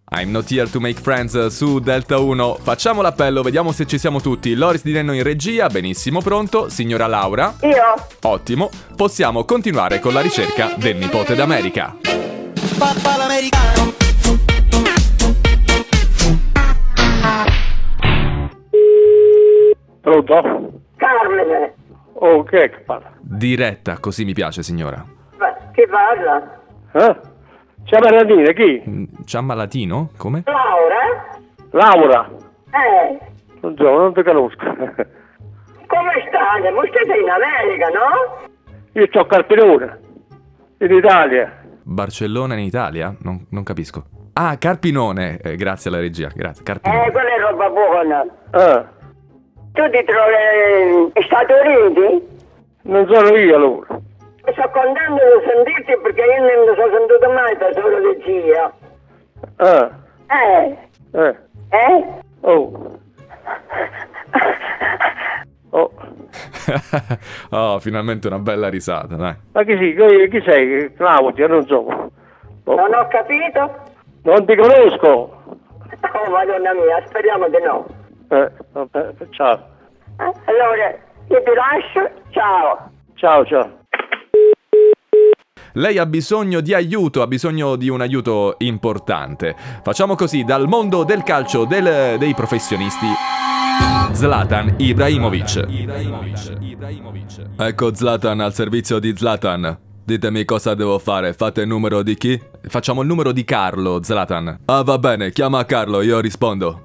I'm not here to make friends su Delta 1. Facciamo l'appello, vediamo se ci siamo tutti. Loris Di Nenno in regia, benissimo, pronto. Signora Laura? Io? Ottimo. Possiamo continuare con la ricerca del nipote d'America. Papà l'americano. Pronto? Carmine. Oh, che è che parla? Diretta, così mi piace, signora. Ma chi parla? C'è Maradina, chi? Ciammalatino? Come? Laura? Laura. Non Non ti conosco. come state? Voi siete in America, no? Io sto a Carpinone, in Italia. Barcellona in Italia? Non capisco. Ah, Carpinone. Grazie alla regia, grazie. Carpinone. Quella è roba buona. Tu ti trovi negli Stati Uniti? Non sono io allora. Sono contento di sentirti perché io non mi sono sentito mai da solo di zia. Oh. Oh, finalmente una bella risata, dai. Ma chi sei? Claudia, non so. Non ho capito? Non ti conosco. Oh, madonna mia, speriamo di no. Vabbè, ciao. Allora, io ti lascio, ciao. Ciao. Lei ha bisogno di aiuto, ha bisogno di un aiuto importante. Facciamo così, dal mondo del calcio dei professionisti, Zlatan Ibrahimovic. Ecco Zlatan al servizio di Zlatan. Ditemi cosa devo fare, fate il numero di chi? Facciamo il numero di Carlo, Zlatan. Ah, va bene, chiama Carlo, io rispondo.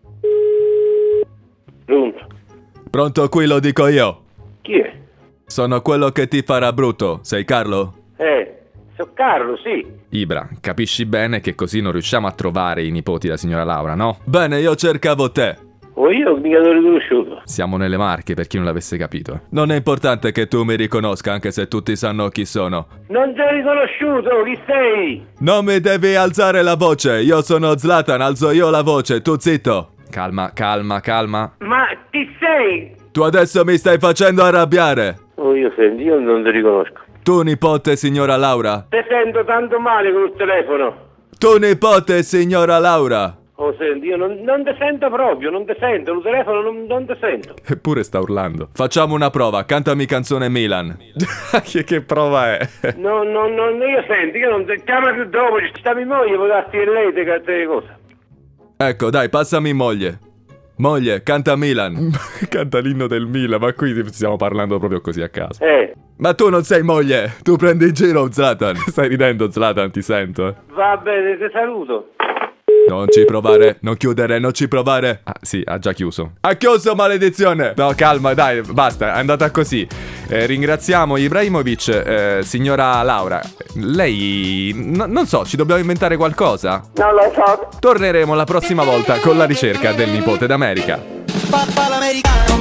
Pronto? Pronto, qui lo dico io. Chi è? Sono quello che ti farà brutto, sei Carlo? Sono Carlo, sì. Ibra, capisci bene che così non riusciamo a trovare i nipoti della signora Laura, no? Bene, io cercavo te. Io mica l'ho riconosciuto. Siamo nelle Marche, per chi non l'avesse capito. Non è importante che tu mi riconosca, anche se tutti sanno chi sono. Non ti ho riconosciuto, chi sei? Non mi devi alzare la voce, io sono Zlatan, alzo io la voce, tu zitto. Calma. Ma chi sei? Tu adesso mi stai facendo arrabbiare. Io non ti riconosco. Tu nipote, signora Laura? Ti sento tanto male con il telefono. Tu nipote, signora Laura? Senti, io non ti sento proprio, non ti sento, il telefono non ti sento. Eppure sta urlando. Facciamo una prova, cantami canzone Milan. che prova è? No, io senti, io non ti chiamo più dopo, ci sta mia moglie, può darti il lei, che cosa. Ecco, dai, passami moglie. Moglie, canta Milan. Canta l'inno del Milan, ma qui stiamo parlando proprio così a caso. Ma tu non sei moglie, tu prendi in giro Zlatan. Stai ridendo Zlatan, ti sento. Va bene, ti saluto. Non ci provare, non chiudere, non ci provare. Ah, sì, ha già chiuso. Ha chiuso, maledizione! No, calma, dai, basta, è andata così. Ringraziamo Ibrahimovic, signora Laura. Lei, non so, ci dobbiamo inventare qualcosa? Non lo so. Torneremo la prossima volta con la ricerca del nipote d'America. Papà l'americano.